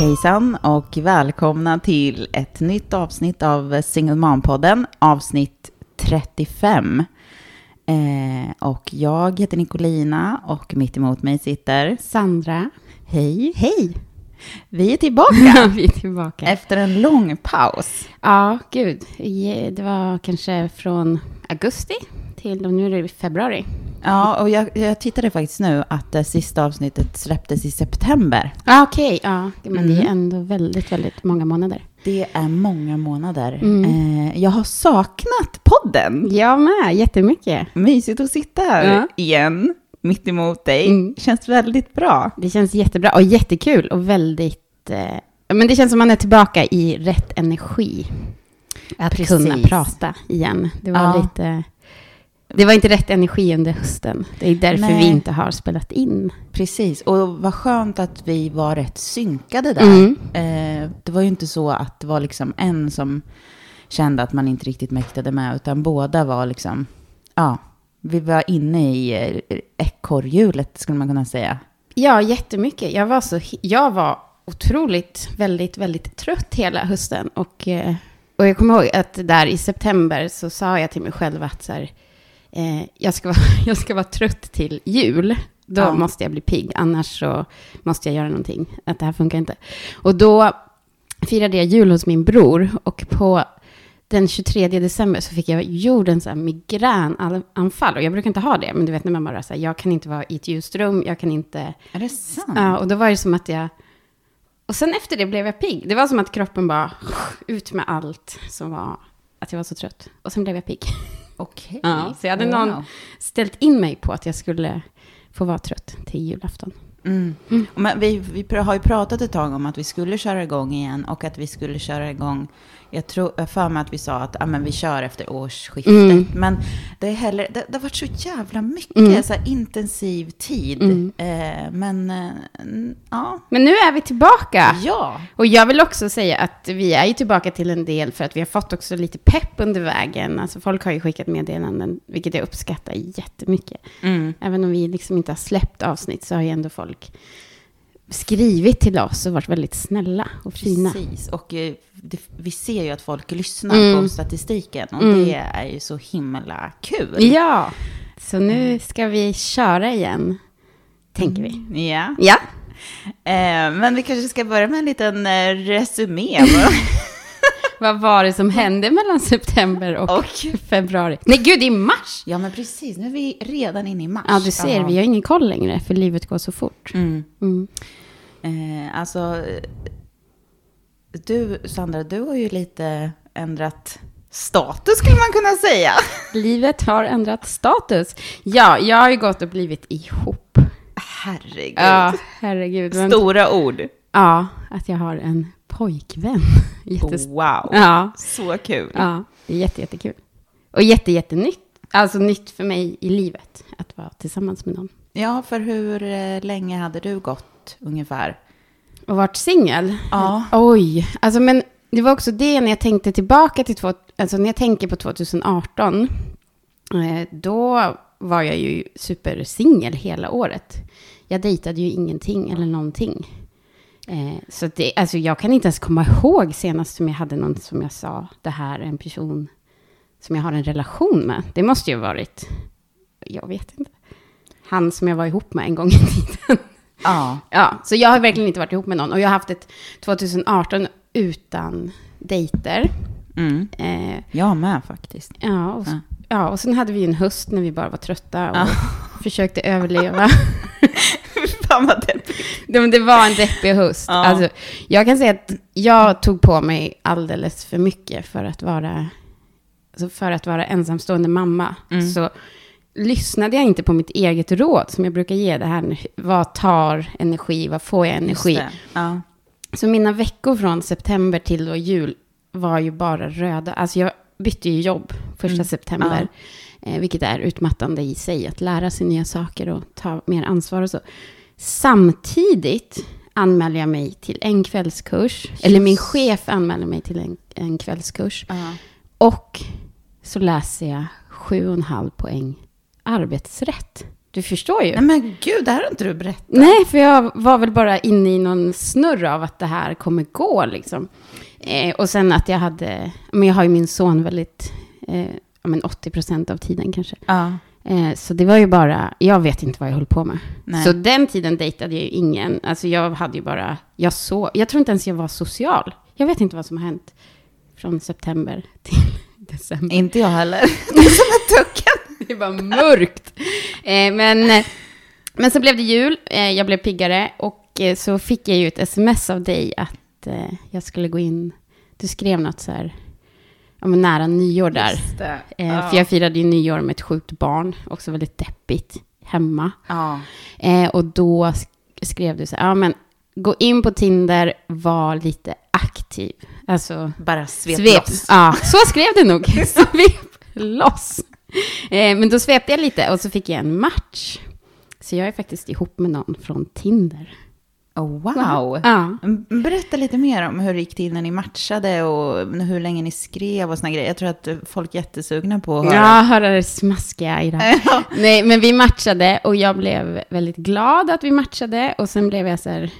Hejsan och välkomna till ett nytt avsnitt av Single Mom-podden, avsnitt 35. Och jag heter Nicolina och mitt emot mig sitter Sandra. Hej. Hej. Vi är tillbaka. Vi är tillbaka. Efter en lång paus. Ja, gud. Det var kanske från augusti till nu är det februari. Ja, och jag tittade faktiskt nu att det sista avsnittet släpptes i september. Ja, okej. Ja, men det är ändå väldigt, väldigt många månader. Det är många månader. Jag har saknat podden. Jag med, jättemycket. Mysigt att sitta här igen, mitt emot dig. Känns väldigt bra. Det känns jättebra och jättekul och väldigt... men det känns som man är tillbaka i rätt energi. Att kunna prata igen. Det var lite... Det var inte rätt energi under hösten. Det är därför vi inte har spelat in. Precis, och vad skönt att vi var rätt synkade där. Det var ju inte så att det var liksom en som kände att man inte riktigt mäktade med, utan båda var liksom, vi var inne i ekorrhjulet skulle man kunna säga. Ja, jättemycket. Jag var otroligt, väldigt, väldigt trött hela hösten. Och jag kommer ihåg att där i september så sa jag till mig själv att så här, jag ska vara trött till jul. Då måste jag bli pigg. Annars så måste jag göra någonting. Att det här funkar inte. Och då firade jag jul hos min bror. Och på den 23 december så fick jag jordens migränanfall. Och jag brukar inte ha det. Men du vet när man bara säger jag kan inte vara i ett ljust rum. Jag kan inte... Är det sant? Ja, och då var det som att jag... Och sen efter det blev jag pigg. Det var som att kroppen bara ut med allt som var... Att jag var så trött. Och sen blev jag pigg. Okej. Ja, så jag hade någon ställt in mig på att jag skulle få vara trött till julafton. Men vi har ju pratat ett tag om att vi skulle köra igång igen och att vi skulle köra igång. Jag för mig att vi sa att men vi kör efter årsskiftet. Men det har varit så jävla mycket så här intensiv tid. Men nu är vi tillbaka. Ja. Och jag vill också säga att vi är ju tillbaka till en del för att vi har fått också lite pepp under vägen. Alltså folk har ju skickat meddelanden, vilket jag uppskattar jättemycket. Även om vi liksom inte har släppt avsnitt så har ju ändå folk skrivit till oss och varit väldigt snälla och fina. Precis, och vi ser ju att folk lyssnar på statistiken och det är ju så himla kul. Ja, så nu ska vi köra igen, tänker vi. Ja. Men vi kanske ska börja med en liten resumé. Vad var det som hände mellan september och februari? Nej, gud, det är mars! Ja, men precis. Nu är vi redan inne i mars. Ja, du ser, vi har ingen koll längre, för livet går så fort. Alltså, du, Sandra, du har ju lite ändrat status, skulle man kunna säga. Livet har ändrat status. Ja, jag har ju gått och blivit ihop. Herregud. Ja, herregud. Stora ord. Ja, att jag har en pojkvän. Wow, ja. Så kul. Ja, det är jättekul. Och jättenytt. Alltså nytt för mig i livet att vara tillsammans med någon. Ja, för hur länge hade du gått ungefär? Och varit singel? Ja. Oj, alltså men det var också det när jag tänkte tillbaka till när jag tänker på 2018. Då var jag ju supersingel hela året. Jag dejtade ju ingenting eller någonting. Så det, alltså jag kan inte ens komma ihåg senast som jag hade någon som jag sa, det här är en person som jag har en relation med. Det måste ju ha varit, jag vet inte, han som jag var ihop med en gång i tiden. Ja, så jag har verkligen inte varit ihop med någon. Och jag har haft ett 2018 utan dejter. Jag med faktiskt. Ja, och sen hade vi en höst när vi bara var trötta och försökte överleva. Fan vad deppigt. Det var en deppig höst. Ja. Alltså, jag kan säga att jag tog på mig alldeles för mycket för att vara ensamstående mamma. Så lyssnade jag inte på mitt eget råd som jag brukar ge det här. Vad tar energi? Vad får jag energi? Ja. Så mina veckor från september till då jul var ju bara röda. Alltså jag bytte ju jobb 1 september. Vilket är utmattande i sig. Att lära sig nya saker och ta mer ansvar och så. Samtidigt anmälde jag mig till en kvällskurs. Eller min chef anmälde mig till en kvällskurs. Och så läser jag 7,5 poäng arbetsrätt. Du förstår ju. Nej men gud, det här har inte du berättat. Nej, för jag var väl bara inne i någon snurr av att det här kommer gå liksom. Och sen att jag har ju min son väldigt, 80% av tiden kanske. Ja. Så det var ju bara, jag vet inte vad jag höll på med. Nej. Så den tiden dejtade jag ju ingen. Alltså jag hade ju bara, jag tror inte ens jag var social. Jag vet inte vad som har hänt från september till december. Inte jag heller. Det är som en tucken. Det var mörkt. Men så blev det jul, jag blev piggare och så fick jag ju ett sms av dig att jag skulle gå in. Du skrev något så här, nära nyår där. För jag firade ju nyår med ett sjukt barn, också väldigt deppigt, hemma. Ja. Och då skrev du så här, men gå in på Tinder, var lite aktiv. Alltså, bara svep loss. Ja, så skrev du nog. Svep loss. Men då svepte jag lite och så fick jag en match. Så jag är faktiskt ihop med någon från Tinder. Oh, wow. Ja. Berätta lite mer om hur det gick till när ni matchade och hur länge ni skrev och såna grejer. Jag tror att folk är jättesugna på att höra. Ja, höra det smaskiga i det. Nej, men vi matchade och jag blev väldigt glad att vi matchade. Och sen blev jag så här...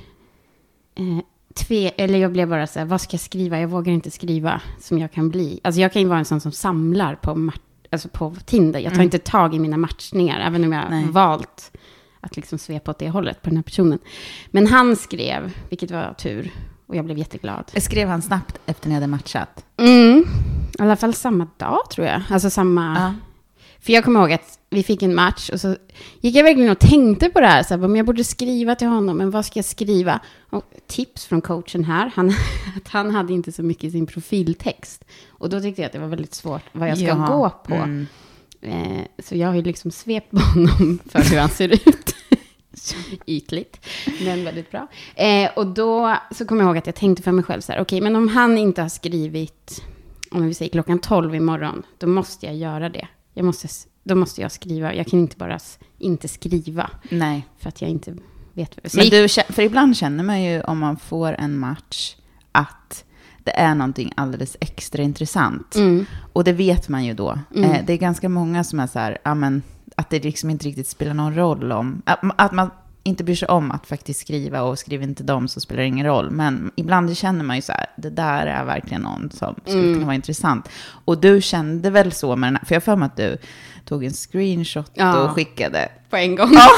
jag blev bara så här, vad ska jag skriva? Jag vågar inte skriva som jag kan bli. Alltså jag kan ju vara en sån som samlar på Tinder. Jag tar inte tag i mina matchningar, även om jag valt att liksom svepa åt det hållet på den här personen. Men han skrev, vilket var tur, och jag blev jätteglad. Skrev han snabbt efter ni hade matchat? I alla fall samma dag tror jag. Alltså samma... Ja. För jag kommer ihåg att vi fick en match och så gick jag verkligen och tänkte på det här. Så här, om jag borde skriva till honom, men vad ska jag skriva? Och tips från coachen här, han hade inte så mycket i sin profiltext. Och då tyckte jag att det var väldigt svårt vad jag ska gå på. Så jag har ju liksom svept på honom för hur han ser ut. Ytligt, men väldigt bra. Och då så kommer jag ihåg att jag tänkte för mig själv så här, okej, men om han inte har skrivit, om vi säger 12:00 imorgon, då måste jag göra det. Då måste jag skriva. Jag kan inte bara inte skriva. Nej. För att jag inte vet. Men för ibland känner man ju om man får en match att det är någonting alldeles extra intressant. Och det vet man ju då. Det är ganska många som är så här, att det liksom inte riktigt spelar någon roll om... Att man inte bryr sig om att faktiskt skriva, och skriver inte dem så spelar det ingen roll. Men ibland känner man ju så här, det där är verkligen någon som skulle kunna vara intressant. Och du kände väl så med den här, för jag för mig att du tog en screenshot och skickade. På en gång. Ja.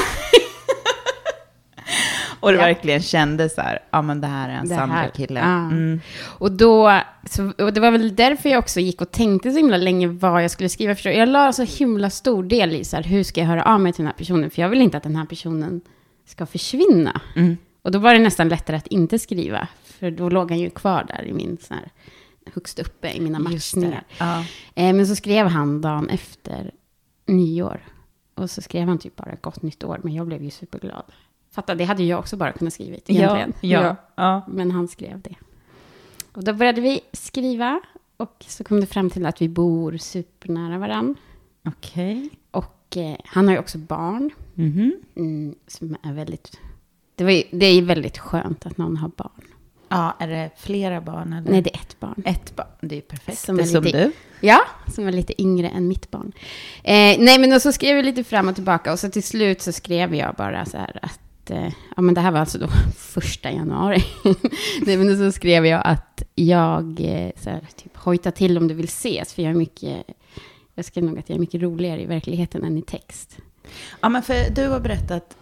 Och det verkligen kände så här, men det här är en Sandra kille. Ja. Och det var väl därför jag också gick och tänkte så himla länge vad jag skulle skriva. För jag la så himla stor del i så här, hur ska jag höra av mig till den här personen? För jag vill inte att den här personen ska försvinna. Och då var det nästan lättare att inte skriva. För då låg han ju kvar där i min så här, högst uppe i mina matchningar. Ja. Men så skrev han dagen efter nyår. Och så skrev han typ bara gott nytt år. Men jag blev ju superglad. Fatta, det hade jag också bara kunnat skrivit egentligen. Ja. Men han skrev det. Och då började vi skriva. Och så kom det fram till att vi bor supernära varann. Okej. Och han har ju också barn. Som är väldigt... Det är väldigt skönt att någon har barn. Ja, är det flera barn? Eller? Nej, det är ett barn. Ett barn, det är perfekt. Som det är som du. Ja, som är lite yngre än mitt barn. Nej, men då så skrev vi lite fram och tillbaka. Och så till slut så skrev jag bara så här att... men det här var alltså då 1 januari. Nej, men då så skrev jag att jag så här, typ hojta till om du vill ses. För jag skrev nog att jag är mycket roligare i verkligheten än i text. Ja, men för du har berättat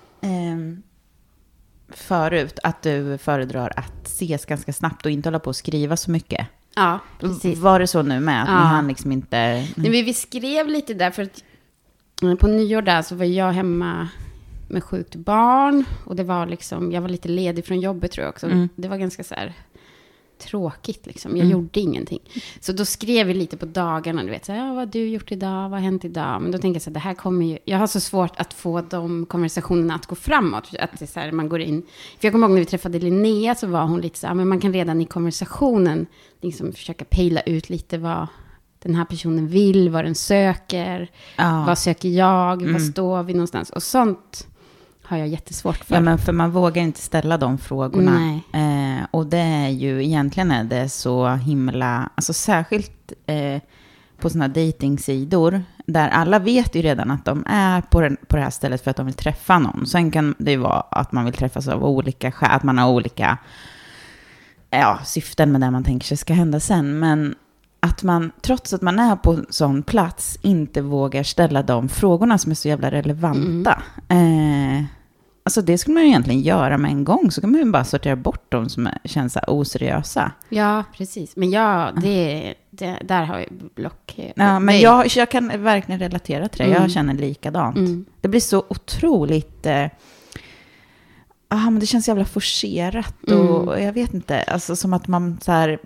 förut att du föredrar att ses ganska snabbt och inte hålla på att skriva så mycket. Ja, precis. Var det så nu med? Att ni hann liksom inte... Nej, men vi skrev lite där för att på nyår där så var jag hemma med sjukt barn. Och det var liksom, jag var lite ledig från jobbet tror jag också. Det var ganska så här tråkigt liksom. Jag gjorde ingenting. Så då skrev vi lite på dagarna, du vet. Så här, vad har du gjort idag? Vad har hänt idag? Men då tänker jag så här, det här kommer ju... Jag har så svårt att få de konversationerna att gå framåt. Att det så här, man går in... För jag kommer ihåg när vi träffade Linnea så var hon lite så här, men man kan redan i konversationen liksom försöka pejla ut lite vad den här personen vill, vad den söker. Vad söker jag? Vad står vi någonstans? Och sånt har jag jättesvårt för. Ja, men för man vågar inte ställa de frågorna. Och det är ju, egentligen är det så himla, alltså särskilt på såna datingsidor där alla vet ju redan att de är på det här stället för att de vill träffa någon. Sen kan det ju vara att man vill träffas av olika skäl, att man har olika syften med det man tänker sig ska hända sen. Men att man, trots att man är på en sån plats, inte vågar ställa de frågorna som är så jävla relevanta. Alltså det skulle man ju egentligen göra med en gång. Så kan man ju bara sortera bort de som känns så oseriösa. Ja, precis. Men där har jag block. Ja, men jag kan verkligen relatera till det. Jag känner likadant. Det blir så otroligt... men det känns jävla forcerat. Och jag vet inte. Alltså som att man så här...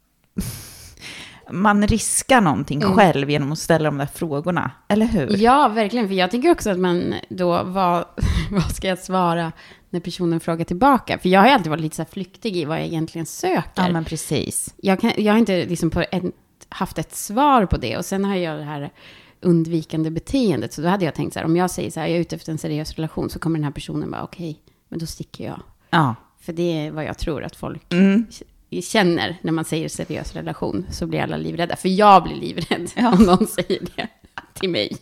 Man riskar någonting själv genom att ställa de där frågorna, eller hur? Ja, verkligen. För jag tycker också att man då, vad ska jag svara när personen frågar tillbaka? För jag har alltid varit lite så här flyktig i vad jag egentligen söker. Ja, men precis. Jag har inte liksom haft ett svar på det. Och sen har jag det här undvikande beteendet. Så då hade jag tänkt så här, om jag säger så här, jag är ute efter en seriös relation, så kommer den här personen bara, okej, men då sticker jag. Ja. För det är vad jag tror att folk... känner när man säger seriös relation, så blir alla livrädda. För jag blir livrädd om någon säger det till mig.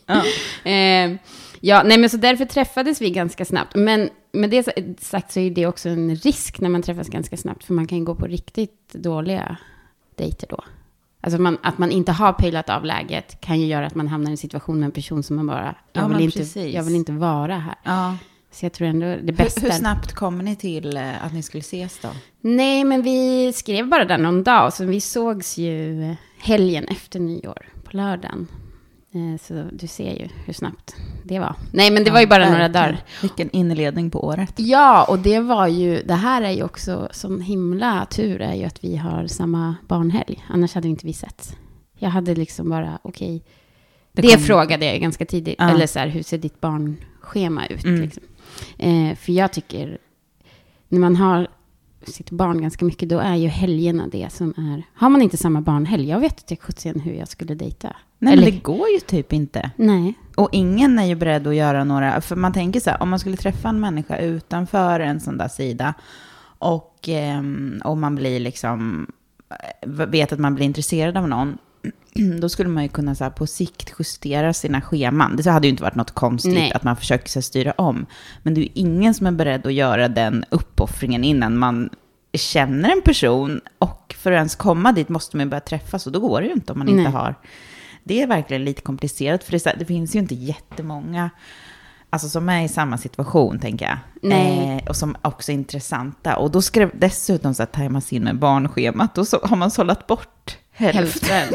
Men så därför träffades vi ganska snabbt. Men med det sagt så är det också en risk när man träffas ganska snabbt. För man kan gå på riktigt dåliga dejter då. Alltså att man inte har pejlat av läget kan ju göra att man hamnar i en situation med en person som man bara, jag vill inte vara här. Ja. Så jag tror ändå det bästa... Hur snabbt kommer ni till att ni skulle ses då? Nej, men vi skrev bara där någon dag. Så vi sågs ju helgen efter nyår på lördagen. Så du ser ju hur snabbt det var. Nej, men det var ju bara några dagar. Vilken inledning på året. Ja, och det var ju... Det här är ju också sån himla tur är ju att vi har samma barnhelg. Annars hade inte vi sett. Jag hade liksom bara, okej. Det frågade jag ganska tidigt. Ja. Eller så här, hur ser ditt barnschema ut liksom? För jag tycker när man har sitt barn ganska mycket, då är ju helgerna det som är... Har man inte samma barnhelg, jag vet inte hur jag skulle dejta. Nej, men det går ju typ inte. Nej. Och ingen är ju beredd att göra några... För man tänker så här, om man skulle träffa en människa utanför en sån där sida och om man blir liksom... vet att man blir intresserad av någon, då skulle man ju kunna så här, på sikt justera sina scheman. Det hade ju inte varit något konstigt att man försöker så här, styra om. Men det är ju ingen som är beredd att göra den uppoffringen innan man känner en person. Och för att ens komma dit måste man ju börja träffas. Och då går det ju inte om man inte har... Det är verkligen lite komplicerat. För det finns ju inte jättemånga alltså, som är i samma situation, tänker jag. Och som också är intressanta. Och då ska det dessutom så här, tajmas in med barnschemat. Och så har man sållat bort hälften.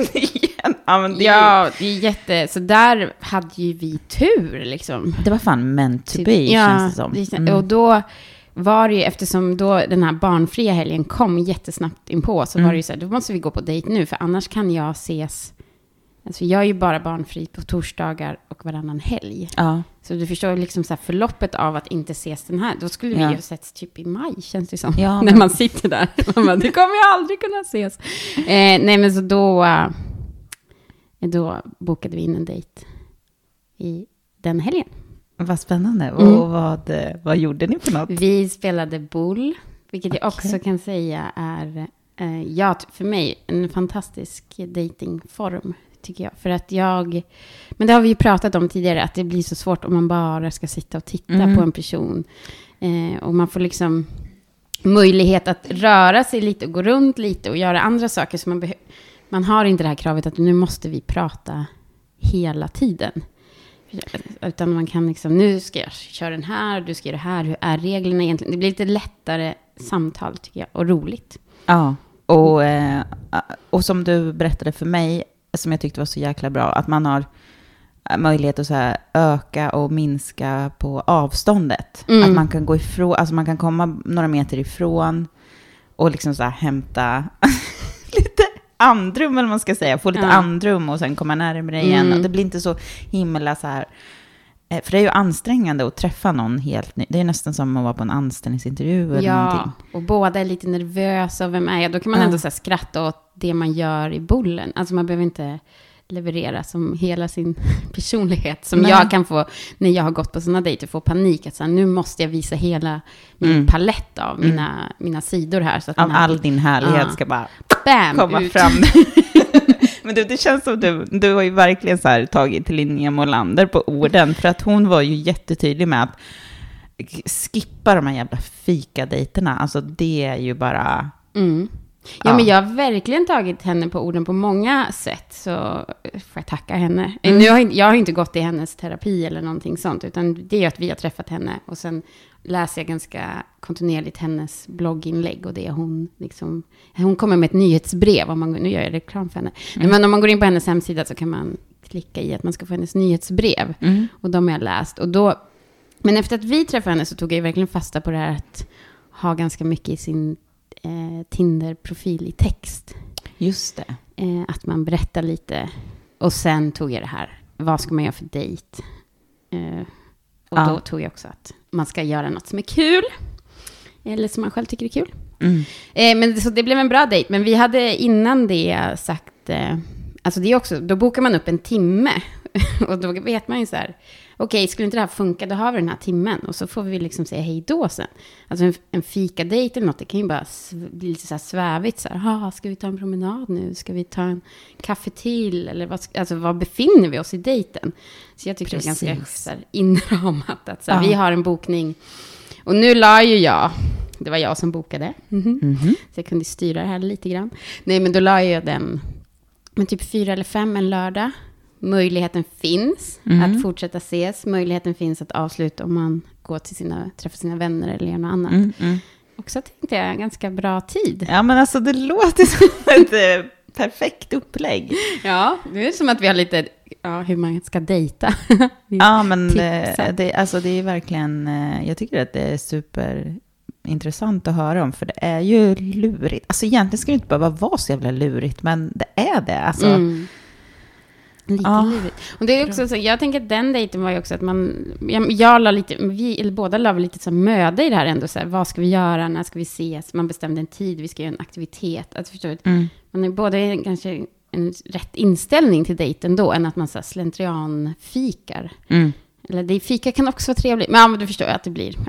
Ja, det är jätte... Så där hade ju vi tur, liksom. Det var fan meant to be, känns det som. Och då var det ju, eftersom då den här barnfria helgen kom jättesnabbt inpå, så var det ju så här, då måste vi gå på dejt nu, för annars kan jag ses... Alltså jag är ju bara barnfri på torsdagar och varannan helg. Ja. Så du förstår liksom så här förloppet av att inte ses den här. Då skulle vi ju setts typ i maj, känns det som. Ja, när man sitter där. Man bara, det kommer jag aldrig kunna ses. Nej, men så då bokade vi in en dejt i den helgen. Vad spännande. Och vad gjorde ni för något? Vi spelade boll, vilket jag också kan säga är för mig en fantastisk datingform, tycker jag. För att men det har vi ju pratat om tidigare, att det blir så svårt om man bara ska sitta och titta på en person. Och man får liksom möjlighet att röra sig lite och gå runt lite och göra andra saker. Så man har inte det här kravet att nu måste vi prata hela tiden. Utan man kan liksom, nu ska jag köra den här, du ska göra det här, hur är reglerna egentligen? Det blir lite lättare samtal, tycker jag, och roligt. Ja, och som du berättade för mig, som jag tyckte var så jäkla bra, att man har möjlighet att så här öka och minska på avståndet. Att man kan gå ifrån, alltså man kan komma några meter ifrån och liksom så här hämta lite andrum, eller man ska säga, få lite andrum och sen komma närmare igen. Och det blir inte så himla så här, för det är ju ansträngande att träffa någon helt ny. Det är nästan som att vara på en anställningsintervju eller någonting. Och båda är lite nervösa, och vem är jag? Då kan man ändå så här skratta åt det man gör i bollen. Alltså man behöver inte leverera som hela sin personlighet. Som jag kan få, när jag har gått på sådana dejter, få panik. Att så här, nu måste jag visa hela min palett av mina sidor här. Så att all din härlighet ska bara bam, komma fram. Men det känns som du har ju verkligen så här tagit till Linnea Molander på orden, för att hon var ju jättetydlig med att skippa de här jävla fikadejterna. Alltså det är ju bara... Ja, men jag har verkligen tagit henne på orden på många sätt, så får jag tacka henne. Jag har inte gått i hennes terapi eller någonting sånt, utan det är ju att vi har träffat henne och sen läser jag ganska kontinuerligt hennes blogginlägg och det hon liksom, hon kommer med ett nyhetsbrev, nu gör jag reklam för henne. Men om man går in på hennes hemsida så kan man klicka i att man ska få hennes nyhetsbrev och de har jag läst. Och då, men efter att vi träffade henne så tog jag ju verkligen fasta på det här att ha ganska mycket i sin Tinder-profil i text. Just det. Att man berättar lite. Och sen tog jag det här. Vad ska man göra för dejt? Och då tog jag också att man ska göra något som är kul. Eller som man själv tycker är kul. Men så det blev en bra dejt. Men vi hade innan det sagt... alltså det är också... Då bokar man upp en timme. Och då vet man ju så här... Okej, skulle inte det här funka, då har vi den här timmen. Och så får vi liksom säga hej då sen. Alltså en fikadejt eller något, det kan ju bara bli lite så här svävigt. Så här, ska vi ta en promenad nu? Ska vi ta en kaffe till? Eller var befinner vi oss i dejten? Så jag tycker det är ganska så här inramat. Att så här, vi har en bokning. Och nu la ju jag... Det var jag som bokade. Så jag kunde styra det här lite grann. Nej, men då la jag den... Men typ 4 eller 5 en lördag. Möjligheten finns att fortsätta ses. Möjligheten finns att avsluta om man går till träffar sina vänner eller gör något annat. Och så tänkte jag ganska bra tid. Ja, men alltså det låter som ett perfekt upplägg. Ja, det är som att vi har lite hur man ska dejta. Ja, men det är verkligen, jag tycker att det är superintressant att höra om, för det är ju lurigt. Alltså egentligen ska det inte behöva vara så jävla lurigt, men det är det. Alltså... Lite lurigt. Och det är också så, jag tänker att den dejten var ju också att jag la lite, eller båda la lite så möda i det här ändå, så här, vad ska vi göra, när ska vi ses, man bestämde en tid, vi ska göra en aktivitet, att förstå, man är både kanske en rätt inställning till dejten då, än att man så här slentrian fikar. Eller det fika kan också vara trevligt, men du förstår att det blir,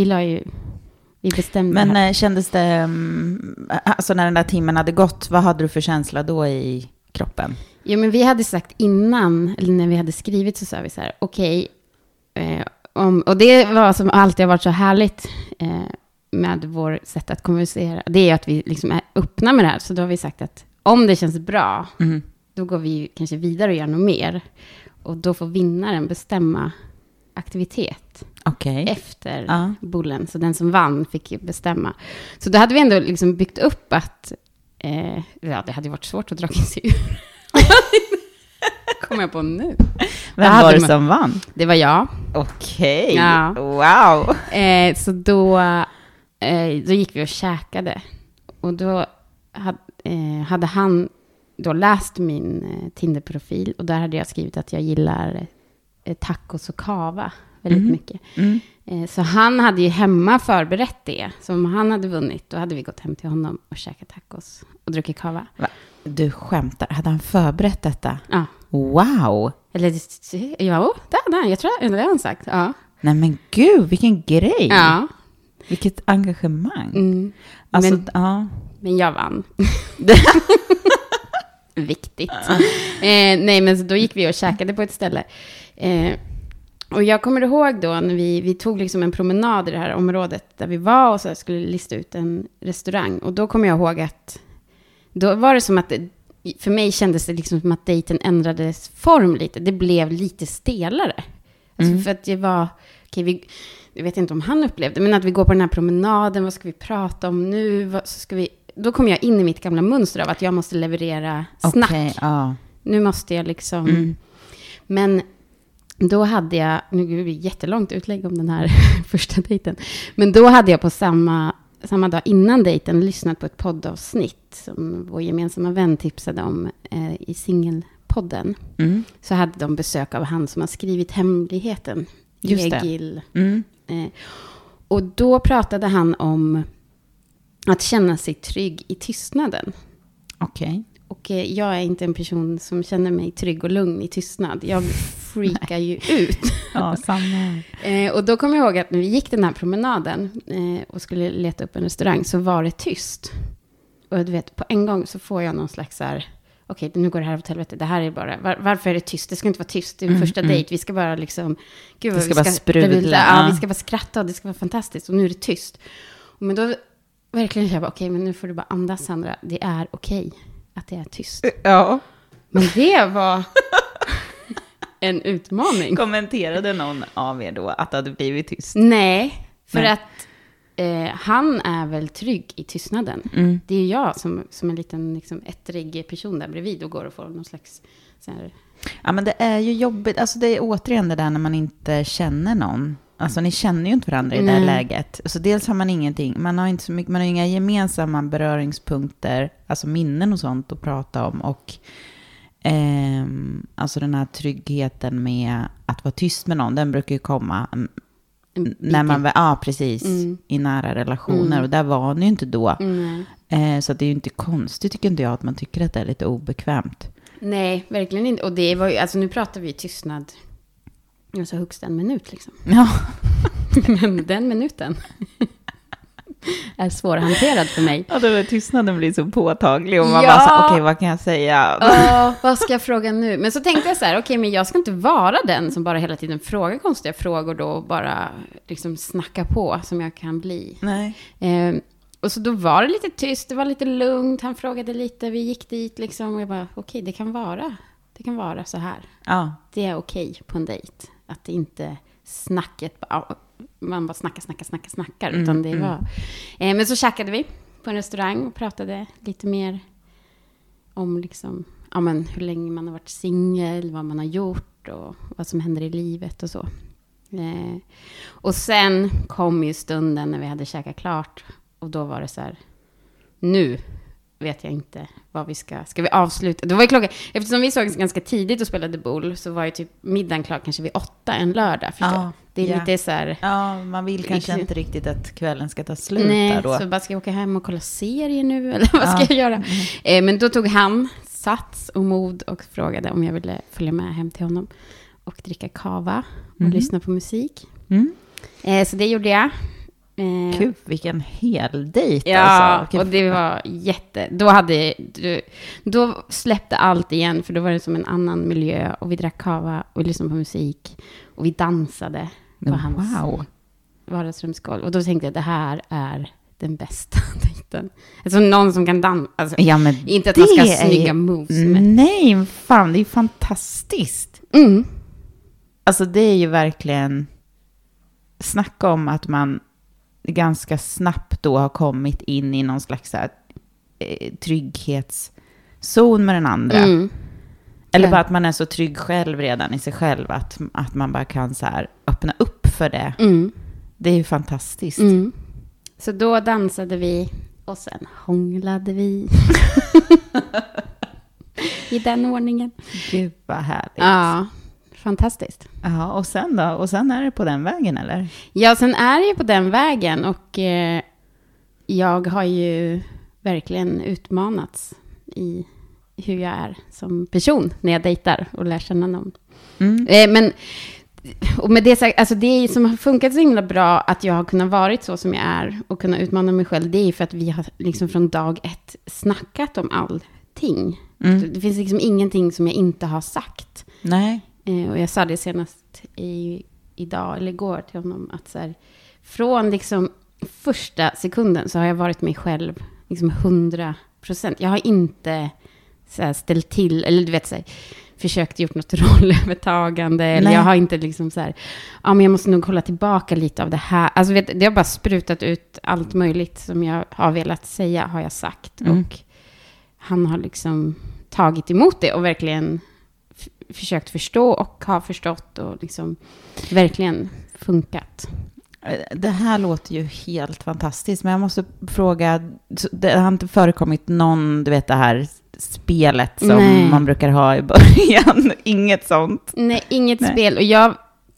vi bestämde. Men kändes det, alltså när den där timmen hade gått, vad hade du för känsla då i kroppen? Jo, men vi hade sagt innan, eller när vi hade skrivit så sa vi så här, okej, och det var som alltid har varit så härligt med vår sätt att kommunicera, det är att vi liksom är öppna med det här, så då har vi sagt att om det känns bra, då går vi kanske vidare och gör något mer, och då får vinnaren bestämma aktivitet efter bullen, så den som vann fick bestämma. Så då hade vi ändå liksom byggt upp att det hade varit svårt att dra in sig ur. Kommer jag på nu. Vem var det som vann? Det var jag. Okej. Ja. Wow. Så då gick vi och käkade. Och då hade han då läst min Tinder-profil. Och där hade jag skrivit att jag gillar tacos och kava väldigt mycket. Så han hade ju hemma förberett det. Så om han hade vunnit, då hade vi gått hem till honom och käkat tacos och druckit kava. Va? Du skämtar. Hade han förberett detta? Ja. Wow. Eller, ja, jag tror det har han sagt. Ja. Nej men gud, vilken grej. Ja. Vilket engagemang. Alltså, men jag vann. Viktigt. Nej, men så då gick vi och käkade på ett ställe. Och jag kommer ihåg då när vi tog liksom en promenad i det här området där vi var och så skulle lista ut en restaurang. Och då kommer jag ihåg att då var det som att för mig kändes det liksom som att dejten ändrades form lite. Det blev lite stelare. Alltså för att det var, jag vet inte om han upplevde, men att vi går på den här promenaden, vad ska vi prata om nu? Då kom jag in i mitt gamla mönster av att jag måste leverera snack. Nu måste jag liksom... Men då hade jag, nu blir det jättelångt utlägg om den här första dejten, men då hade jag på samma dag innan dejten lyssnat på ett poddavsnitt som vår gemensamma vän tipsade om i singelpodden. Så hade de besök av han som har skrivit Hemligheten. Just det. Egil. Och då pratade han om att känna sig trygg i tystnaden. Okej. Och jag är inte en person som känner mig trygg och lugn i tystnad. Jag freakar ju ut. Ja, samma. Och då kommer jag ihåg att när vi gick den här promenaden och skulle leta upp en restaurang så var det tyst. Och du vet, på en gång så får jag någon slags så här, okej, nu går det här åt helvete. Det här är bara, varför är det tyst? Det ska inte vara tyst. Det är min första dejt. Vi ska bara liksom, gud, det ska bara sprudla. Ja, vi ska bara skratta och det ska vara fantastiskt. Och nu är det tyst. Men då verkligen jag bara, okej, men nu får du bara andas, Sandra. Det är okej att det är tyst. Ja. Men det var en utmaning. Kommenterade någon av er då att det hade blivit tyst? Nej, för att han är väl trygg i tystnaden. Det är jag som en liten liksom, ettrig person där bredvid och går och får någon slags... Så här... Ja, men det är ju jobbigt. Alltså det är återigen det där när man inte känner någon. Alltså ni känner ju inte varandra i det här läget. Så dels har man ingenting. Man har inte så mycket, man har inga gemensamma beröringspunkter. Alltså minnen och sånt att prata om. Och alltså den här tryggheten med att vara tyst med någon. Den brukar ju komma... När man, precis, i nära relationer. Och där var ni ju inte då. Så att det är ju inte konstigt, tycker inte jag, att man tycker att det är lite obekvämt. Nej, verkligen inte. Och det var ju, alltså nu pratar vi tystnad, alltså högst en minut liksom. Ja. Men den minuten är svårhanterad för mig. Ja, då tystnaden blir så påtaglig och man bara så, okej, vad kan jag säga? Vad ska jag fråga nu? Men så tänkte jag så här, okej, men jag ska inte vara den som bara hela tiden frågar konstiga frågor då och bara liksom snacka på som jag kan bli. Nej. Och så då var det lite tyst, det var lite lugnt, han frågade lite, vi gick dit liksom och jag bara, okej, det kan vara så här. Ja. Det är okej på en dejt. Att det inte snacket, man bara snackar, utan det var... men så käkade vi på en restaurang och pratade lite mer om liksom, ja, men hur länge man har varit singel, vad man har gjort och vad som händer i livet och så. Och sen kom ju stunden när vi hade käkat klart och då var det så här, nu vet jag inte vad vi ska vi avsluta. Det var ju klockan, eftersom vi såg ganska tidigt och spelade boll så var ju typ middagen klar kanske vid 8 en lördag. Det är lite så här... Ja, man vill kanske inte riktigt att kvällen ska ta slut. Nej, då. Så bara ska jag åka hem och kolla serier nu eller vad ska jag göra? Men då tog han sats och mod och frågade om jag ville följa med hem till honom och dricka kava och lyssna på musik. Så det gjorde jag. Gud, vilken hel dejt. Ja, alltså. Och det var då släppte allt igen, för då var det som en annan miljö och vi drack kava och lyssnade på musik och vi dansade på hans vardagsrumsgolv. Och då tänkte jag, det här är den bästa dejten. Alltså någon som kan dansa. Alltså, inte att han ska ha snygga moves. Nej, fan, det är fantastiskt. Alltså det är ju verkligen, snacka om att man ganska snabbt då har kommit in i någon slags här, trygghetszon med den andra. Eller bara att man är så trygg själv redan i sig själv att man bara kan så här öppna upp för det. Det är ju fantastiskt. Så då dansade vi och sen hånglade vi. I den ordningen. Gud vad härligt. Ja, fantastiskt. Ja, och sen då? Och sen är det på den vägen, eller? Ja, sen är det ju på den vägen. Och jag har ju verkligen utmanats i hur jag är som person när jag dejtar och lär känna någon. Men och med det sagt, alltså det som har funkat så himla bra att jag har kunnat varit så som jag är och kunna utmana mig själv, det är för att vi har liksom från dag ett snackat om allting. Det finns liksom ingenting som jag inte har sagt. Nej. Och jag sa det senast idag eller igår till honom att så här, från liksom första sekunden så har jag varit mig själv liksom 100%. Jag har inte så här, ställt till eller du vet så här, försökt gjort något rollövertagande eller jag har inte liksom så här, ja men jag måste nog hålla tillbaka lite av det här. Alltså det har bara sprutat ut allt möjligt som jag har velat säga har jag sagt och han har liksom tagit emot det och verkligen försökt förstå och har förstått och liksom verkligen funkat. Det här låter ju helt fantastiskt, men jag måste fråga, det har inte förekommit någon, du vet det här spelet som man brukar ha i början? Inget sånt? Nej, inget spel. Och jag,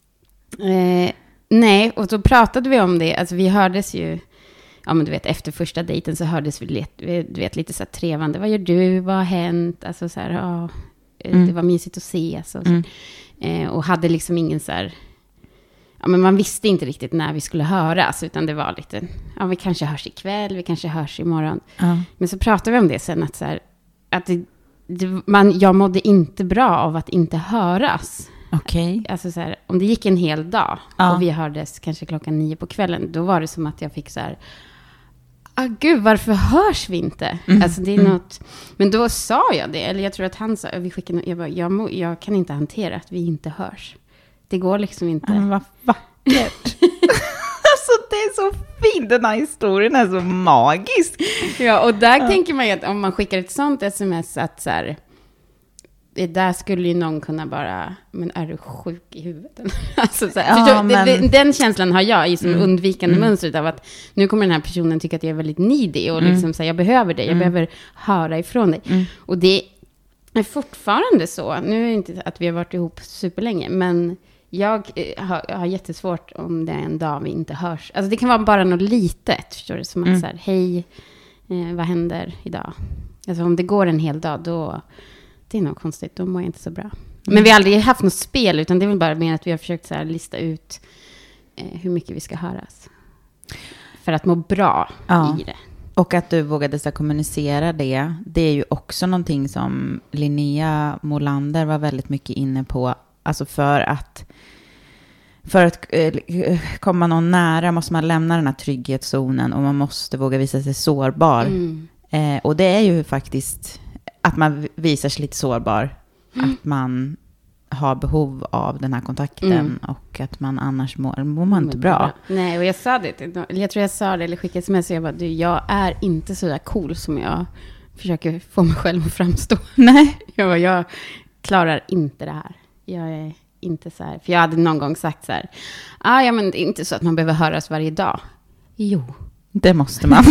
och så pratade vi om det, alltså vi hördes ju, ja men du vet efter första dejten så hördes vi du vet, lite så här trevande, vad gör du, vad har hänt, alltså så här, det var mysigt att ses och hade liksom ingen så här, ja men man visste inte riktigt när vi skulle höras utan det var lite, ja vi kanske hörs ikväll, vi kanske hörs imorgon. Men så pratade vi om det sen att så här, att jag mådde inte bra av att inte höras. Okej. Alltså så här, om det gick en hel dag och vi hördes kanske 9:00 på kvällen, då var det som att jag fick så här, gud, varför hörs vi inte? Alltså det är något, men då sa jag det, eller jag tror att han sa, jag bara, jag kan inte hantera att vi inte hörs. Det går liksom inte. Men vad vackert. Alltså det är så fint, den här historien är så magisk. Ja, och där tänker man ju att om man skickar ett sånt sms att så här, det där skulle ju någon kunna bara, men är du sjuk i huvudet? Alltså så här, den känslan har jag i som undvikande mönstret av att nu kommer den här personen tycka att jag är väldigt needy och liksom så här, jag behöver dig, jag behöver höra ifrån dig. Och det är fortfarande så, nu är det inte att vi har varit ihop superlänge, men jag har jättesvårt om det är en dag vi inte hörs. Alltså det kan vara bara något litet, förstår du? Som att så här, hej, vad händer idag? Alltså om det går en hel dag, då det är nog konstigt, då mår jag inte så bra. Men vi har aldrig haft något spel, utan det är väl bara mer att vi har försökt så här lista ut hur mycket vi ska höras. För att må bra i det. Och att du vågade så kommunicera det, det är ju också någonting som Linnea Molander var väldigt mycket inne på. Alltså för att komma någon nära måste man lämna den här trygghetszonen och man måste våga visa sig sårbar. Och det är ju faktiskt att man visar sig lite sårbar. Att man har behov av den här kontakten och att man annars mår man inte bra. Nej, och jag sa det. Jag tror jag sa det eller skickade sms och jag bara, jag är inte så där cool som jag försöker få mig själv att framstå. Nej. Jag klarar inte det här. Jag är inte så här. För jag hade någon gång sagt så här, ja men det är inte så att man behöver höras varje dag. Jo. Det måste man.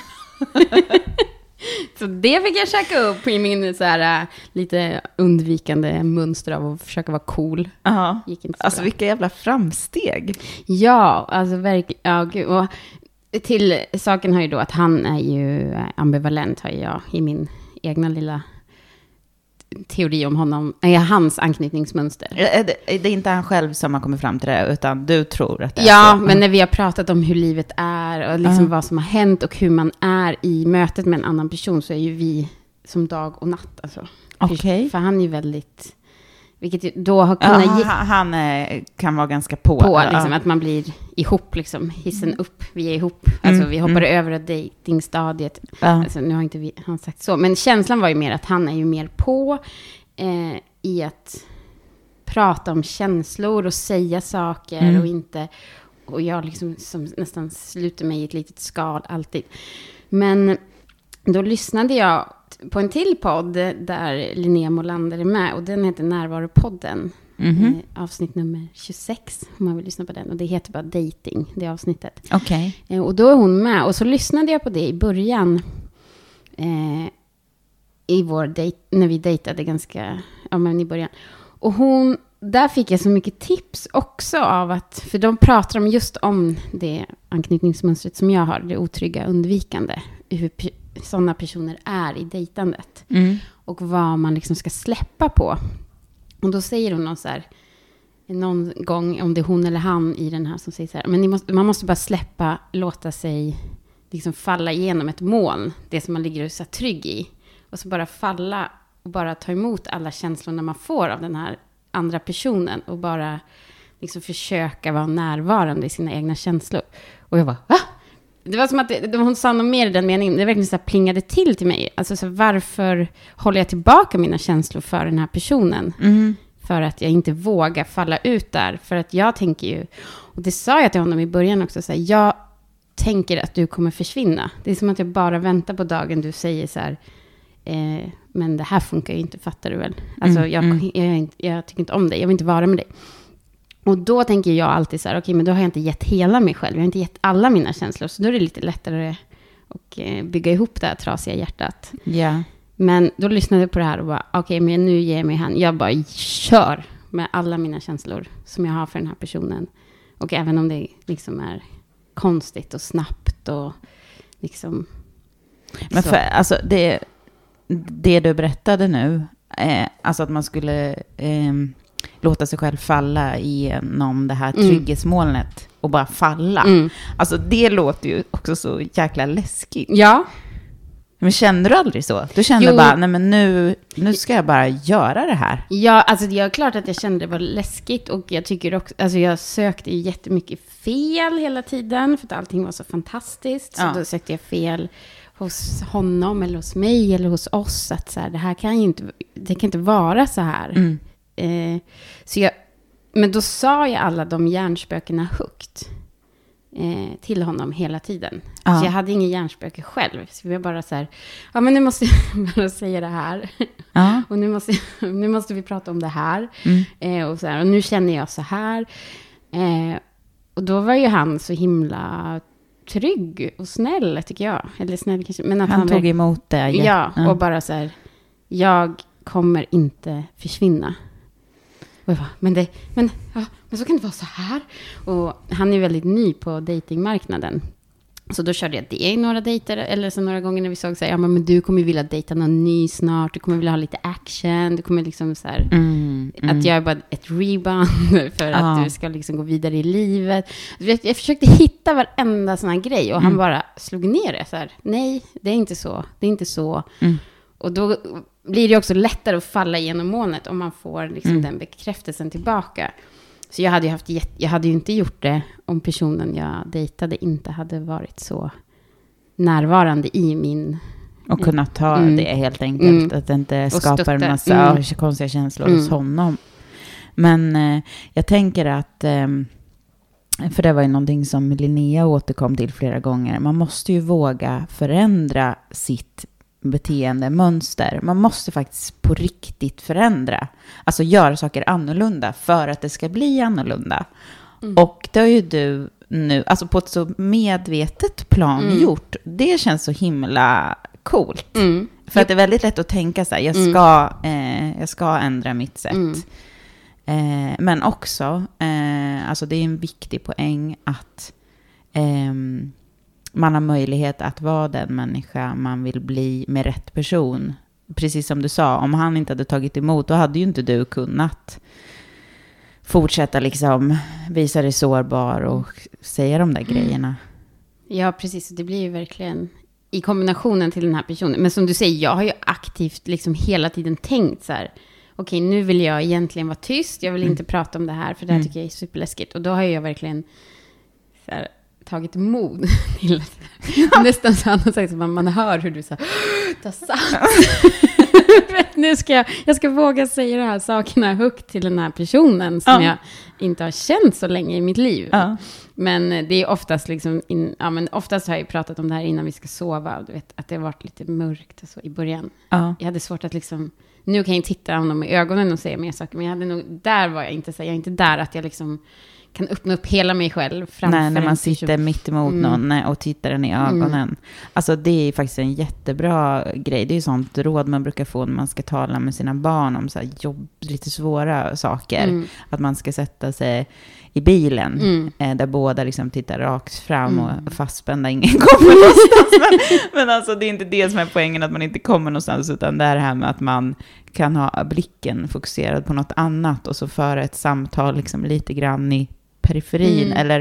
Så det fick jag käka upp i min så här, lite undvikande mönster av att försöka vara cool. Gick inte så alltså bra. vilka jävla framsteg. Ja, alltså verkligen. Ja, gud. Och till saken har ju då att han är ju ambivalent, har jag i min egna lilla teori om honom, hans anknytningsmönster. Det är inte han själv som har kommit fram till det, utan du tror att det är så. Men när vi har pratat om hur livet är och liksom vad som har hänt och hur man är i mötet med en annan person, så är ju vi som dag och natt. Alltså. Okej. För han är ju väldigt, vilket då har kunnat han kan vara ganska på liksom, att man blir ihop, liksom, hissen upp, vi är ihop. Alltså vi hoppade över datingstadiet. Alltså, nu har inte han sagt så, men känslan var ju mer att han är ju mer på i att prata om känslor och säga saker och inte, och jag liksom som nästan sluter mig i ett litet skal alltid. Men då lyssnade jag på en till podd där Linnea Molander är med, och den heter Närvaropodden. Avsnitt nummer 26, om man vill lyssna på den. Och det heter bara dating, det avsnittet. Okej. Och då är hon med. Och så lyssnade jag på det i början. I vår dejt, när vi dejtade ganska, men i början. Och där fick jag så mycket tips också av att, för de pratar om just om det anknytningsmönstret som jag har, det otrygga undvikande. Hur sådana personer är i dejtandet. Och vad man liksom ska släppa på. Och då säger hon någon så här, någon gång, om det är hon eller han i den här som säger så här, men man måste bara släppa, låta sig liksom falla igenom ett moln, det som man ligger så trygg i, och så bara falla och bara ta emot alla känslorna man får av den här andra personen och bara liksom försöka vara närvarande i sina egna känslor. Och jag bara, va? Det var som att hon sa något mer i den meningen. Det verkligen så här plingade till mig. Alltså så varför håller jag tillbaka mina känslor för den här personen? För att jag inte vågar falla ut där. För att jag tänker ju, och det sa jag till honom i början också, så här, jag tänker att du kommer försvinna. Det är som att jag bara väntar på dagen du säger så här, men det här funkar ju inte, fattar du väl? Alltså jag tycker inte om dig, jag vill inte vara med dig. Och då tänker jag alltid så här, okej, men då har jag inte gett hela mig själv. Jag har inte gett alla mina känslor. Så då är det lite lättare att bygga ihop det här trasiga hjärtat. Yeah. Men då lyssnade jag på det här och bara, okej, men nu ger jag mig han. Jag bara kör med alla mina känslor som jag har för den här personen. Och även om det liksom är konstigt och snabbt och liksom... Men för, alltså det du berättade nu, alltså att man skulle... låta sig själv falla igenom det här trygghetsmolnet och bara falla. Alltså det låter ju också så jäkla läskigt. Ja. Men kände du aldrig så? Du kände bara, nej men nu ska jag bara göra det här. Ja, alltså det är klart att jag kände det var läskigt. Och jag tycker också, alltså jag sökte ju jättemycket fel hela tiden. För att allting var så fantastiskt. Så då sökte jag fel hos honom eller hos mig eller hos oss. Att så här, det kan inte vara så här. Men då sa jag alla de hjärnspökena högt till honom hela tiden. Så jag hade ingen hjärnspöke själv. Så vi var bara så här, ja men nu måste jag bara säga det här. Och nu måste vi prata om det här. Och så här, och nu känner jag så här. Och då var ju han så himla trygg och snäll, tycker jag. Eller snäll kanske. Men att han tog emot det. Ja, och bara så här, jag kommer inte försvinna. Och jag bara, men så kan det vara så här. Och han är väldigt ny på datingmarknaden. Så då körde jag det i några dejter. Eller så några gånger när vi såg så här, ja men du kommer vilja dejta någon ny snart. Du kommer vilja ha lite action. Du kommer liksom så här, att jag är bara ett rebound för att du ska liksom gå vidare i livet. Jag försökte hitta varenda sån här grej. Och han bara slog ner det så här. Nej, det är inte så. Det är inte så. Och då blir det också lättare att falla igenom molnet om man får liksom den bekräftelsen tillbaka. Så jag hade ju inte gjort det om personen jag dejtade inte hade varit så närvarande i min... Och kunna ta det helt enkelt. Att det inte skapar en massa konstiga känslor hos honom. Men jag tänker att... För det var ju någonting som Linnea återkom till flera gånger. Man måste ju våga förändra sitt beteendemönster. Man måste faktiskt på riktigt förändra. Alltså göra saker annorlunda för att det ska bli annorlunda. Och det har ju du nu, alltså på ett så medvetet plan gjort. Det känns så himla coolt. För att det är väldigt lätt att tänka så här, jag ska ändra mitt sätt. Men också, alltså det är en viktig poäng att man har möjlighet att vara den människa man vill bli med rätt person. Precis som du sa, om han inte hade tagit emot, då hade ju inte du kunnat fortsätta liksom visa dig sårbar och säga de där grejerna. Ja, precis. Det blir ju verkligen i kombinationen till den här personen. Men som du säger, jag har ju aktivt liksom hela tiden tänkt så här, okej, nu vill jag egentligen vara tyst. Jag vill inte prata om det här, för det här tycker jag är superläskigt. Och då har jag verkligen så här, tagit mod till det. Nästan så han har sagt att man hör hur du så tar sats. Nu ska jag ska våga säga de här sakerna högt till den här personen som jag inte har känt så länge i mitt liv. Men det är oftast liksom men oftast har jag pratat om det här innan vi ska sova, du vet, att det har varit lite mörkt och så i början. Jag hade svårt att liksom, nu kan jag titta honom i ögonen och säga mer saker, men jag hade nog, där var jag inte så, jag är inte där att jag liksom kan öppna upp hela mig själv framför. Nej, när man sitter mitt emot någon och tittar den i ögonen. Alltså det är faktiskt en jättebra grej. Det är ju sånt råd man brukar få när man ska tala med sina barn om så här lite svåra saker. Att man ska sätta sig i bilen där båda liksom tittar rakt fram och fastspända, ingen kommer någonstans. Men alltså det är inte det som är poängen, att man inte kommer någonstans, utan det är det här med att man kan ha blicken fokuserad på något annat och så föra ett samtal liksom lite grann i periferin, eller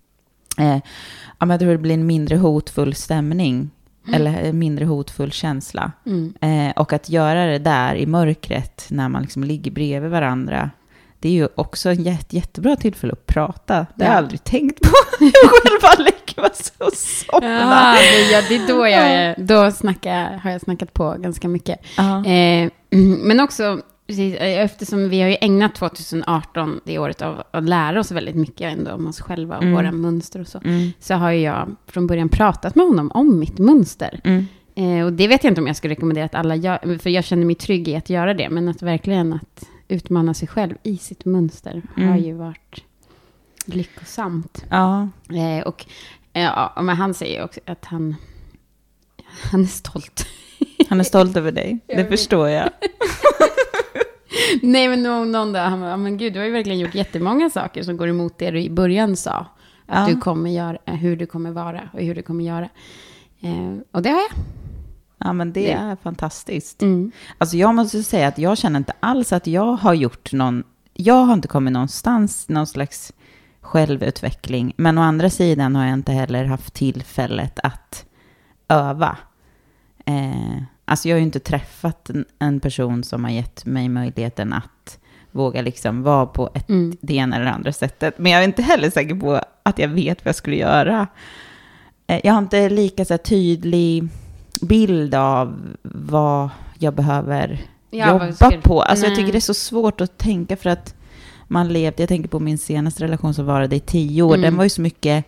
jag tror det blir en mindre hotfull stämning eller en mindre hotfull känsla. Och att göra det där i mörkret när man liksom ligger bredvid varandra, det är ju också en jättebra tillfälle att prata. Det har jag aldrig tänkt på. Själv bara lägger man sig och somnar. Det är då har jag snackat på ganska mycket. Men också, precis, eftersom vi har ju ägnat 2018 det året av att lära oss väldigt mycket ändå om oss själva och våra mönster och så. Så har jag från början pratat med honom om mitt mönster. Och det vet jag inte om jag skulle rekommendera att alla gör, för jag känner mig trygg i att göra det. Men att verkligen att utmana sig själv i sitt mönster har ju varit lyckosamt. Men han säger också att han är stolt. Han är stolt över dig, det förstår jag. Nej, men någon dag, han bara, men gud, du har ju verkligen gjort jättemånga saker som går emot det du i början sa. Att du kommer göra, hur du kommer vara och hur du kommer göra. Och det har jag. Ja, men det är fantastiskt. Alltså jag måste säga att jag känner inte alls att jag har gjort jag har inte kommit någonstans, någon slags självutveckling. Men å andra sidan har jag inte heller haft tillfället att öva. alltså jag har ju inte träffat en person som har gett mig möjligheten att våga liksom vara på det ena eller andra sättet. Men jag är inte heller säker på att jag vet vad jag skulle göra. Jag har inte lika så här tydlig bild av vad jag behöver jobba på. Alltså jag tycker det är så svårt att tänka för att man levde, jag tänker på min senaste relation som varade i 10 år. Den var ju så mycket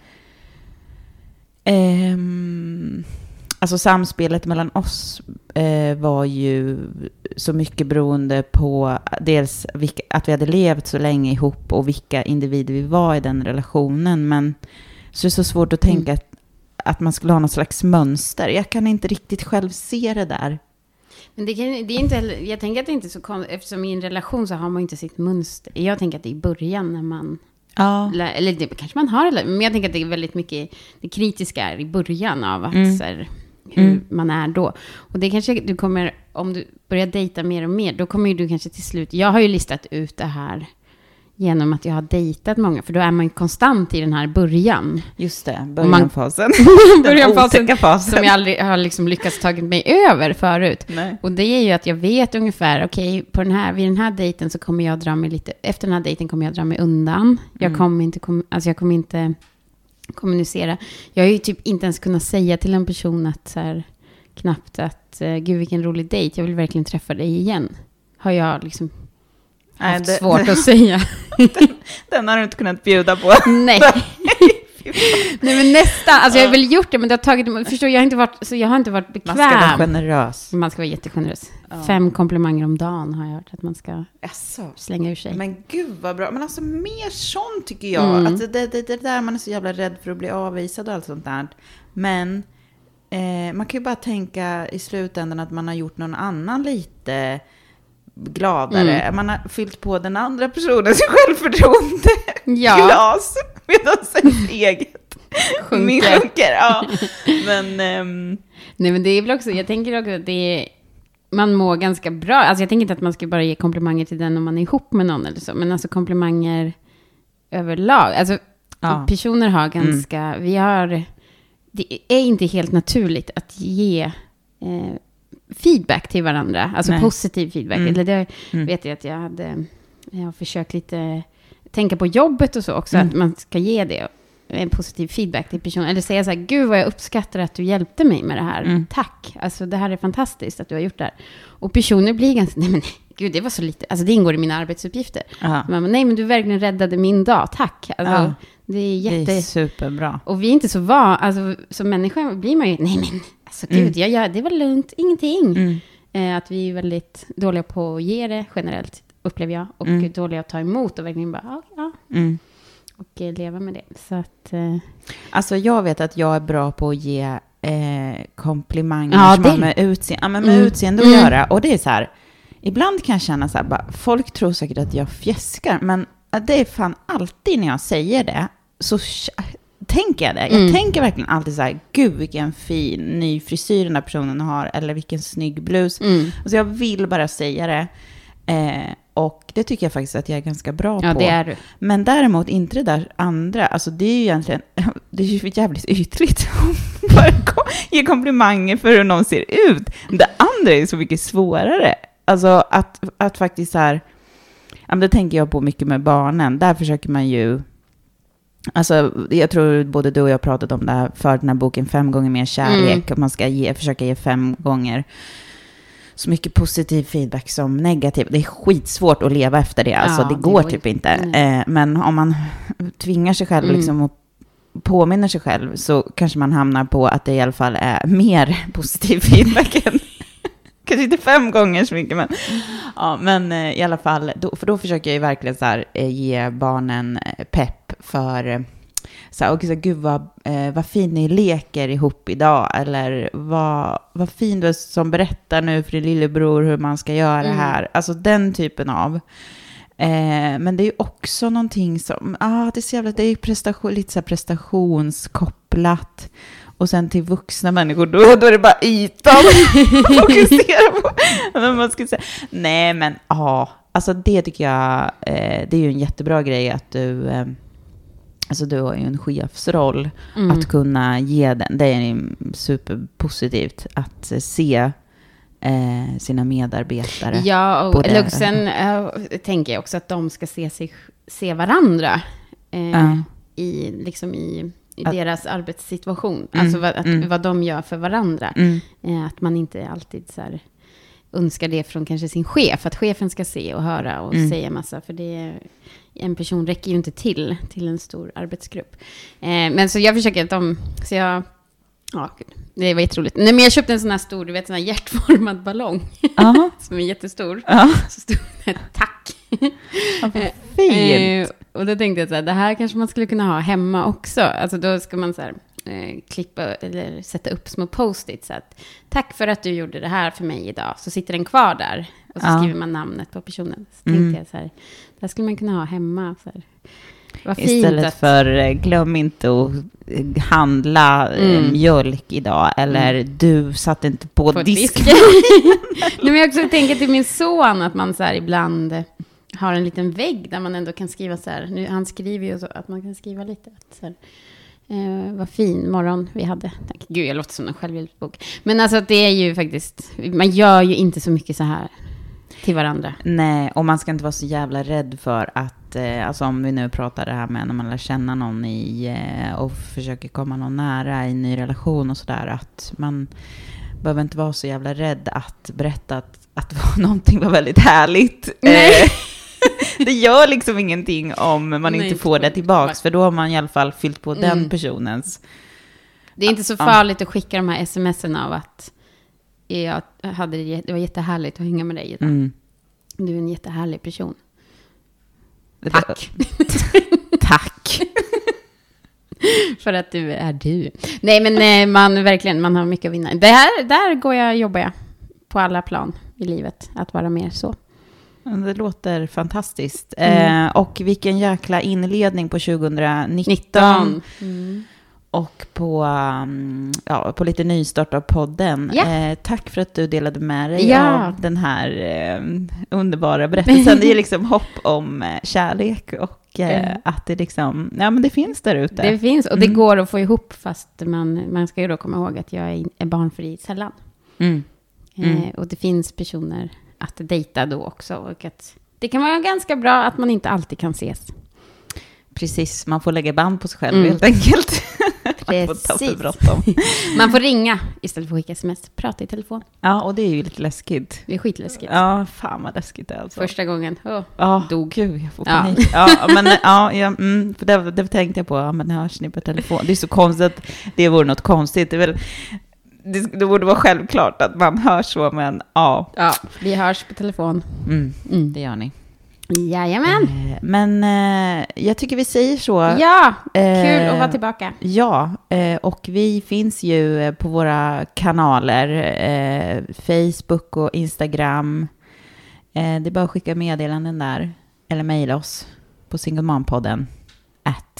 alltså samspelet mellan oss var ju så mycket beroende på dels att vi hade levt så länge ihop och vilka individer vi var i den relationen. Men så det är så svårt att tänka att man skulle ha någon slags mönster. Jag kan inte riktigt själv se det där. Men det är inte, jag tänker att det inte är så konstigt, eftersom i en relation så har man inte sitt mönster. Jag tänker att det är i början när man... Ja. Eller det kanske man har, men jag tänker att det är väldigt mycket, det kritiska är i början av att så här, hur man är då. Och det kanske du kommer, om du börjar dejta mer och mer, då kommer ju du kanske till slut, jag har ju listat ut det här genom att jag har dejtat många, för då är man ju konstant i den här början. Just det, börjanfasen. Börjanfasen som jag aldrig har liksom lyckats tagit mig över förut. Nej. Och det är ju att jag vet ungefär, okej, vid den här dejten så kommer jag dra mig lite, efter den här dejten kommer jag dra mig undan. Jag kommer inte kommunicera. Jag har ju typ inte ens kunnat säga till en person att så här, knappt att gud vilken rolig dejt, jag vill verkligen träffa dig igen. Har jag liksom haft svårt att säga. Den har du inte kunnat bjuda på. Nej. Nej, men nästan. Alltså jag har väl gjort det, men det har tagit... Förstår, jag har inte varit bekväm. Man ska vara generös. Man ska vara jättegenerös. 5 komplimanger om dagen har jag hört att man ska slänga ur sig. Men gud vad bra. Men alltså mer sånt tycker jag. Alltså det där man är så jävla rädd för att bli avvisad och allt sånt där. Men man kan ju bara tänka i slutändan att man har gjort någon annan lite gladare. Man har fyllt på den andra personens självförtroende glas medan ens eget sjunker. Ja. Men nej, men det är väl också, jag tänker också att det är, man mår ganska bra. Alltså jag tänker inte att man ska bara ge komplimanger till den om man är ihop med någon eller så, men alltså komplimanger överlag. Alltså personer har ganska, det är inte helt naturligt att ge feedback till varandra, alltså positiv feedback. Eller det vet jag att jag har försökt lite tänka på jobbet och så också, att man ska ge det en positiv feedback till personen, eller säga så här, gud vad jag uppskattar att du hjälpte mig med det här, tack, alltså det här är fantastiskt att du har gjort det här. Och personer blir ganska, nej men gud det var så lite, alltså det ingår i mina arbetsuppgifter. Men nej men du verkligen räddade min dag, tack. Alltså det är superbra. Och vi är inte så alltså som människa blir man ju, nej men alltså gud, det var lugnt, ingenting. Att vi är väldigt dåliga på att ge det generellt, upplever jag. Och dåliga att ta emot och verkligen bara, och leva med det. Så att, alltså jag vet att jag är bra på att ge komplimanger som har med utseende att göra. Och det är så här, ibland kan jag känna så här, bara, folk tror säkert att jag fjäskar, men det är fan alltid när jag säger det så tänker jag det. Jag tänker verkligen alltid så här, gud vilken fin ny frisyr den här personen har, eller vilken snygg blus. Alltså jag vill bara säga det. Och det tycker jag faktiskt att jag är ganska bra på. Det är du. Men däremot inte det där andra. Alltså det är ju egentligen, det är ju jävligt ytligt. Bara ge komplimanger för hur någon ser ut. Det andra är så mycket svårare. Alltså att faktiskt så här, det tänker jag på mycket med barnen. Där försöker man ju, alltså jag tror både du och jag har pratat om det här för den här boken 5 gånger mer kärlek. Och man ska försöka ge 5 gånger så mycket positiv feedback som negativ. Det är skitsvårt att leva efter det. Alltså det går typ inte. Men om man tvingar sig själv liksom och påminner sig själv, så kanske man hamnar på att det i alla fall är mer positiv feedback än kanske inte 5 gånger så mycket. Men i alla fall, då försöker jag ju verkligen så här, ge barnen pepp för så här, och så, gud vad fin ni leker ihop idag, eller vad fin du är som berättar nu för din lillebror hur man ska göra här. Alltså den typen av. Men det är ju också någonting som, det är så jävla, det är lite så här prestationskopplat. Och sen till vuxna människor, då är det bara ytan fokusera på. Men man ska säga, nej men alltså det tycker jag, det är ju en jättebra grej att du, alltså du har ju en chefsroll att kunna ge den. Det är superpositivt att se sina medarbetare. Ja, och sen tänker jag också att de ska se varandra i deras arbetssituation. Alltså vad de gör för varandra. Att man inte alltid så här önskar det från kanske sin chef. Att chefen ska se och höra och säga massa. För en person räcker ju inte till en stor arbetsgrupp. Men så jag försöker att det var jätteroligt. Nej, men jag köpte en sån här stor, du vet, sån här hjärtformad ballong. Som är jättestor. Så stod det tack. Fint. Och då tänkte jag så här, det här kanske man skulle kunna ha hemma också. Alltså då ska man så här klippa eller sätta upp små post-its. Så att, tack för att du gjorde det här för mig idag. Så sitter den kvar där. Och så skriver man namnet på personen. Så tänkte jag så här, det här skulle man kunna ha hemma. Så här. Istället för glöm inte att handla mjölk idag. Eller du satt inte på disken. Men jag också tänker till min son att man så här ibland har en liten vägg där man ändå kan skriva så här. Nu, han skriver ju så att man kan skriva lite. Så här, vad fin morgon vi hade. Tack. Gud, jag låter som en självhjälpsbok. Men alltså det är ju faktiskt, man gör ju inte så mycket så här till varandra. Nej, och man ska inte vara så jävla rädd för att alltså om vi nu pratar det här med när man lär känna någon och försöker komma någon nära i en ny relation och sådär, att man behöver inte vara så jävla rädd att berätta att någonting var väldigt härligt. Det gör liksom ingenting om man inte får det tillbaks, för då har man i alla fall fyllt på den personens. Det är inte så farligt att skicka de här sms'en av att det var jättehärligt att hänga med dig idag. Du är en jättehärlig person. Tack. Tack. För att du är du. Nej, men man har mycket att vinna. Där jobbar jag på alla plan i livet. Att vara mer så. Det låter fantastiskt. Och vilken jäkla inledning på 2019. Och på lite nystart av podden. Tack för att du delade med dig av den här underbara berättelsen. Det är liksom hopp om kärlek och att det liksom, men det finns där ute. Det finns, och det går att få ihop, fast man ska ju då komma ihåg att jag är barnfri sällan. Och det finns personer att dejta då också, och att det kan vara ganska bra att man inte alltid kan ses. Precis, man får lägga band på sig själv helt enkelt. Precis. Man får ringa istället för att skicka sms. Prata i telefon. Ja, och det är ju lite läskigt. Det är skitläskigt. Ja, fan vad läskigt det är alltså. Första gången, dog. Gud, jag får panik. För det tänkte jag på, men hörs ni på telefon? Det är så konstigt, det vore något konstigt. Det borde vara självklart att man hörs så, men Ja, vi hörs på telefon. Det gör ni. Jajamän. Men jag tycker vi säger så. Ja, kul att vara tillbaka. Ja, och vi finns ju på våra kanaler. Facebook och Instagram. Det är bara att skicka meddelanden där. Eller mejla oss på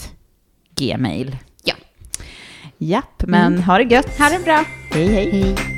singlemomspodden@gmail. Ja. Japp, men ha det gött. Ha det bra. Hej, hej. Hej.